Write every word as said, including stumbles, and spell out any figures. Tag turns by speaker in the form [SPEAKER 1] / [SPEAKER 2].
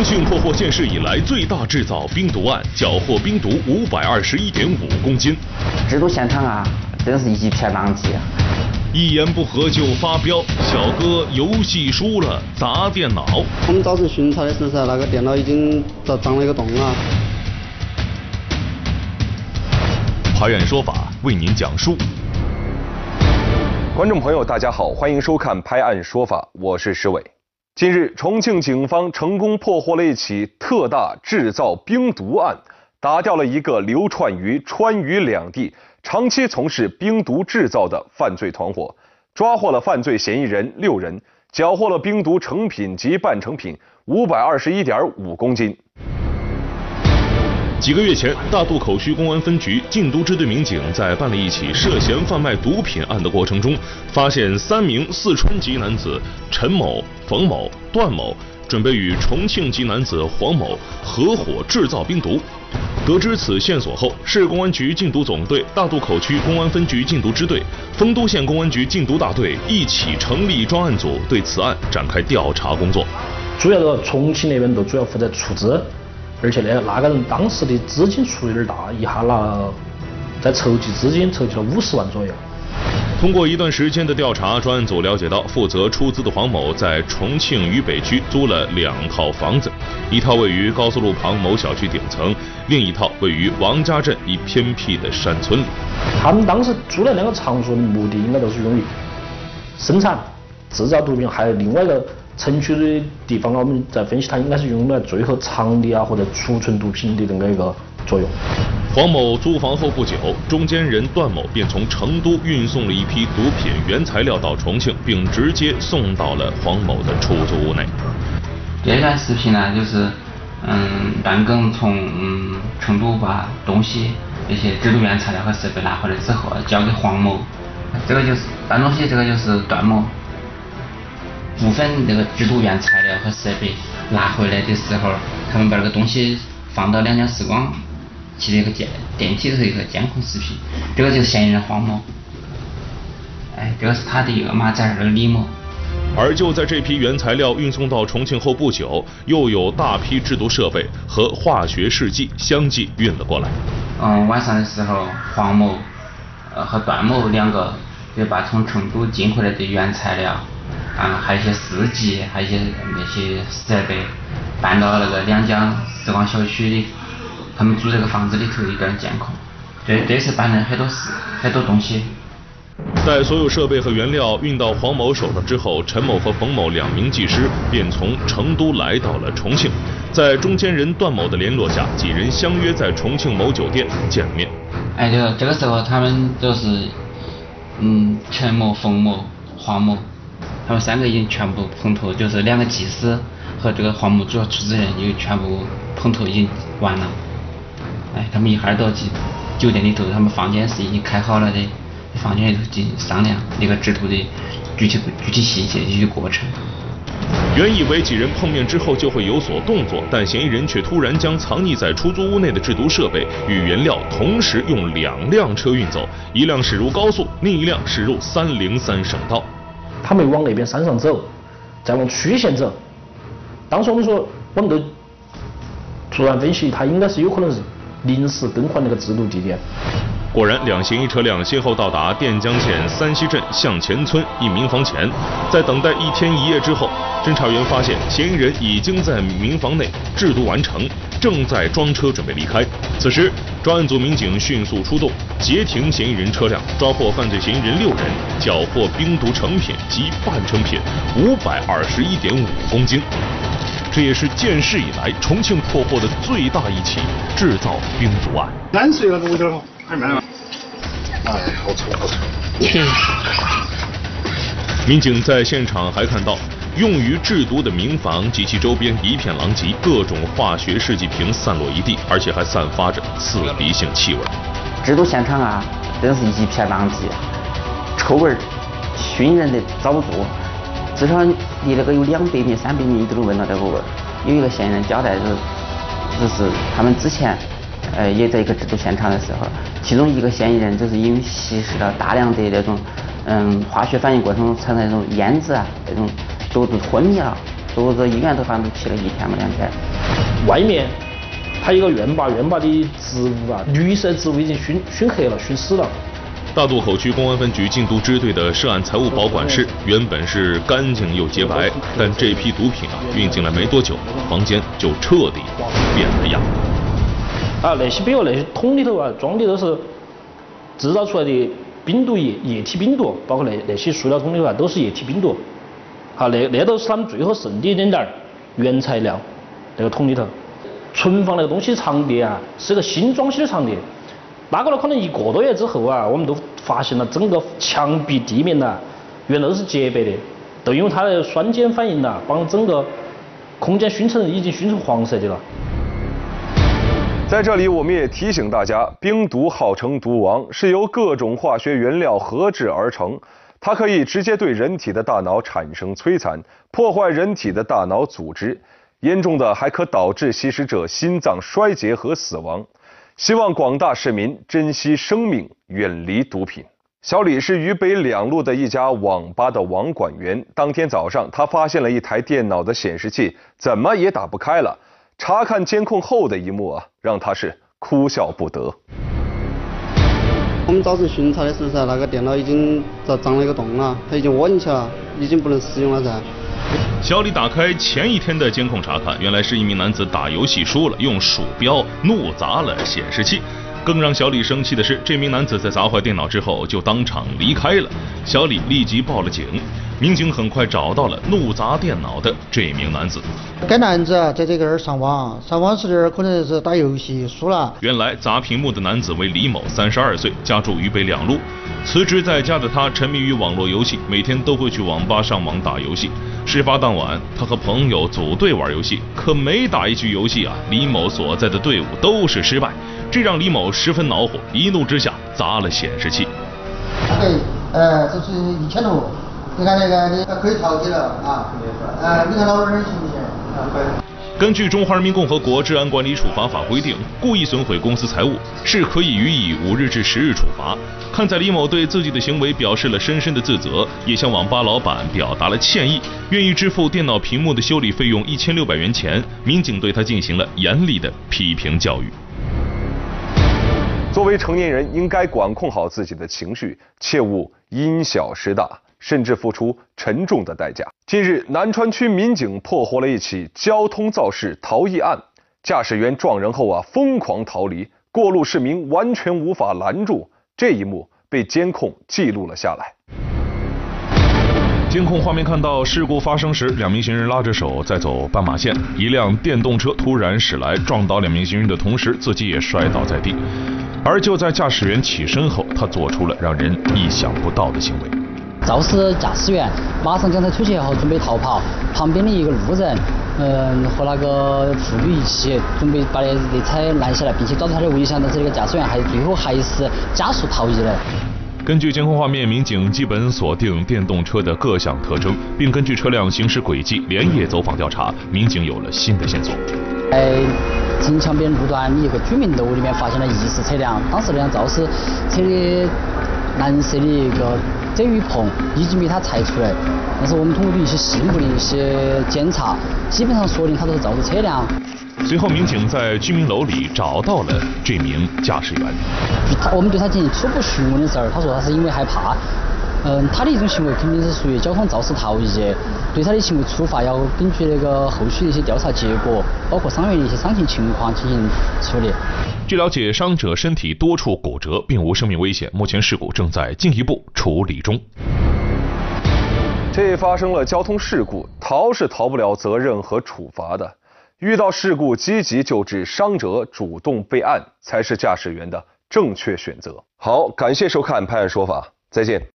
[SPEAKER 1] 重庆破获现世以来最大制造冰毒案，缴获冰毒五百二十一点五公斤。
[SPEAKER 2] 制毒现场啊，真是一片狼藉啊！
[SPEAKER 1] 一言不合就发飙，小哥游戏输了砸电脑。
[SPEAKER 3] 我们早晨巡查的时候，那个电脑已经遭长了一个洞了。
[SPEAKER 1] 拍案说法为您讲述。
[SPEAKER 4] 观众朋友，大家好，欢迎收看《拍案说法》，我是石伟。近日，重庆警方成功破获了一起特大制造冰毒案，打掉了一个流窜于川渝两地、长期从事冰毒制造的犯罪团伙，抓获了犯罪嫌疑人六人，缴获了冰毒成品及半成品五百二十一点五公斤。
[SPEAKER 1] 几个月前，大渡口区公安分局禁毒支队民警在办理一起涉嫌贩卖毒品案的过程中，发现三名四川籍男子陈某、冯某、段某准备与重庆籍男子黄某合伙制造冰毒。得知此线索后，市公安局禁毒总队、大渡口区公安分局禁毒支队、丰都县公安局禁毒大队一起成立专案组，对此案展开调查工作。
[SPEAKER 5] 主要的重庆那边都主要负责出资。而且呢，那个人当时的资金数有点大，一下拿在筹集资金，筹集了五十万左右。
[SPEAKER 1] 通过一段时间的调查，专案组了解到，负责出资的黄某在重庆渝北区租了两套房子，一套位于高速路旁某小区顶层，另一套位于王家镇一偏僻的山村里。
[SPEAKER 5] 他们当时租的两个场所的目的，应该都是用于生产、制造毒品，还有另外一个。城区的地方，我们在分析，它应该是用来最后藏匿啊或者储存毒品的这么一个作用。
[SPEAKER 1] 黄某租房后不久，中间人段某便从成都运送了一批毒品原材料到重庆，并直接送到了黄某的出租屋内。
[SPEAKER 6] 这段视频呢，就是嗯，段耿从嗯成都把东西那些制毒原材料和设备拿回来之后，交给黄某，这个就是搬东西，这个就是段某。部分这个制毒原材料和设备拿回来的时候，他们把这个东西放到两辆时光器的一个电电梯的一个监控视频，这个就是嫌疑人黄某，哎，这个是他的一个马仔这个李某。
[SPEAKER 1] 而就在这批原材料运送到重庆后不久，又有大批制毒设备和化学试剂相继运了过来。
[SPEAKER 6] 嗯，晚上的时候，黄某呃和段某两个就把从成都进回来的原材料。啊，还有一些试剂，还有一些那些设备，搬到那个两江时光小区里，他们租这个房子里头一段监控，这这次搬了很多事，很多东西。
[SPEAKER 1] 在所有设备和原料运到黄某手上之后，陈某和冯某两名技师便从成都来到了重庆，在中间人段某的联络下，几人相约在重庆某酒店见面。
[SPEAKER 6] 哎，这个这个时候他们都是，嗯，陈某、冯某、黄某。他们三个已经全部碰头，就是两个技师和这个黄某主要出资人就全部碰头已经完了。哎，他们一会儿到酒酒店里头，他们房间是已经开好了的，房间里头进行商量那个制毒的具体具体细节、具体过程。
[SPEAKER 1] 原以为几人碰面之后就会有所动作，但嫌疑人却突然将藏匿在出租屋内的制毒设备与原料同时用两辆车运走，一辆驶入高速，另一辆驶入三零三省道。
[SPEAKER 5] 他们往那边山上走，再往曲线走。当时我们说，我们都突然分析，他应该是有可能是临时更换那个制毒地点。
[SPEAKER 1] 果然，两嫌疑车辆先后到达垫江县三溪镇向前村一民房前，在等待一天一夜之后，侦查员发现嫌疑人已经在民房内制毒完成，正在装车准备离开。此时，专案组民警迅速出动，截停嫌疑人车辆，抓获犯罪嫌疑人六人，缴获冰毒成品及半成品五百二十一点五公斤。这也是建市以来重庆破获的最大一起制造冰毒案。
[SPEAKER 7] 烂碎了，我觉得还慢了。哎，好臭好臭。
[SPEAKER 1] 民警在现场还看到，用于制毒的民房及其周边一片狼藉，各种化学试剂瓶散落一地，而且还散发着刺鼻性气味。
[SPEAKER 2] 制毒现场啊，真是一片狼藉，臭味熏人的遭不住。至少离那个有两百米、三百米都能闻到这个味儿。有一个嫌疑人交代，就是就是他们之前呃也在一个制毒现场的时候，其中一个嫌疑人就是因为吸食了大量的那种嗯化学反应过程中产生那种烟子啊，那种都都昏迷了，都在医院都反正起了一天嘛两天。
[SPEAKER 5] 外面还有一个院坝，院坝的植物啊，绿色植物已经熏熏黑了，熏死了。
[SPEAKER 1] 大渡口区公安分局禁毒支队的涉案财物保管室原本是干净又洁白，但这批毒品啊运进来没多久，房间就彻底变了样。
[SPEAKER 5] 啊，那些比如那些桶里头啊装的都是制造出来的冰毒液、液体冰毒，包括那那些塑料桶里头啊都是液体冰毒。好，那那都是他们最后剩的一点点原材料，那个桶里头。存放那个东西长碟啊，是个新装修的长碟。拉过来可能一个多月之后啊，我们都发现了整个墙壁、地面呐，原来都是洁白的，都因为它的酸碱反应呐，把整个空间熏成已经熏成黄色的了。
[SPEAKER 4] 在这里，我们也提醒大家，冰毒号称毒王，是由各种化学原料合制而成，它可以直接对人体的大脑产生摧残，破坏人体的大脑组织。严重的还可导致吸食者心脏衰竭和死亡。希望广大市民珍惜生命，远离毒品。小李是渝北两路的一家网吧的网管员。当天早上，他发现了一台电脑的显示器怎么也打不开了。查看监控后的一幕啊，让他是哭笑不得。
[SPEAKER 3] 我们早晨巡查的时候噻，那个电脑已经遭长了一个洞了，它已经窝进去了，已经不能使用了噻。
[SPEAKER 1] 小李打开前一天的监控查看，原来是一名男子打游戏输了，用鼠标怒砸了显示器。更让小李生气的是，这名男子在砸坏电脑之后就当场离开了。小李立即报了警，民警很快找到了怒砸电脑的这名男子。
[SPEAKER 8] 该男子在这个上网，上网时可能是打游戏输了。
[SPEAKER 1] 原来砸屏幕的男子为李某，三十二岁，家住渝北两路。辞职在家的他沉迷于网络游戏，每天都会去网吧上网打游戏。事发当晚，他和朋友组队玩游戏，可每打一局游戏啊，李某所在的队伍都是失败，这让李某十分恼火，一怒之下砸了显示器。
[SPEAKER 8] 对，呃，这是一千多，你看那个你可以调节了啊，呃，你看老人行不行？啊，可以。
[SPEAKER 1] 根据《中华人民共和国治安管理处罚法》规定，故意损毁公司财物是可以予以五日至十日处罚。看在李某对自己的行为表示了深深的自责，也向网吧老板表达了歉意，愿意支付电脑屏幕的修理费用一千六百元钱。民警对他进行了严厉的批评教育。
[SPEAKER 4] 作为成年人，应该管控好自己的情绪，切勿因小失大，甚至付出沉重的代价。近日，南川区民警破获了一起交通肇事逃逸案，驾驶员撞人后啊，疯狂逃离，过路市民完全无法拦住，这一幕被监控记录了下来。
[SPEAKER 1] 监控画面看到，事故发生时，两名行人拉着手在走斑马线，一辆电动车突然驶来，撞倒两名行人的同时，自己也摔倒在地。而就在驾驶员起身后，他做出了让人意想不到的行为。
[SPEAKER 9] 肇事驾驶员马上将他推卸后准备逃跑，旁边的一个路人，嗯，和那个妇女一起准备把那那车拦下来，并且找到他的危险，但是这个驾驶员还最后还是加速逃逸了。
[SPEAKER 1] 根据监控画面，民警基本锁定电动车的各项特征，并根据车辆行驶轨迹连夜走访调查，民警有了新的线索。
[SPEAKER 9] 在城墙边路段一个居民楼里面发现了疑似车辆，当时那辆肇事车的蓝色的一个遮雨棚已经被他拆出来，但是我们通过对一些细部的一些检查，基本上锁定它都是肇事车辆。
[SPEAKER 1] 随后，民警在居民楼里找到了这名驾驶员。
[SPEAKER 9] 他我们对他进行初步询问的时候，他说他是因为害怕。嗯，他的一种行为肯定是属于交通肇事逃逸，对他的行为处罚要根据那个后续的一些调查结果，包括伤员的一些伤情情况进行处理。
[SPEAKER 1] 据了解，伤者身体多处骨折，并无生命危险，目前事故正在进一步处理中。
[SPEAKER 4] 这发生了交通事故，逃是逃不了责任和处罚的。遇到事故积极救治伤者，主动备案才是驾驶员的正确选择。好，感谢收看《拍案说法》，再见。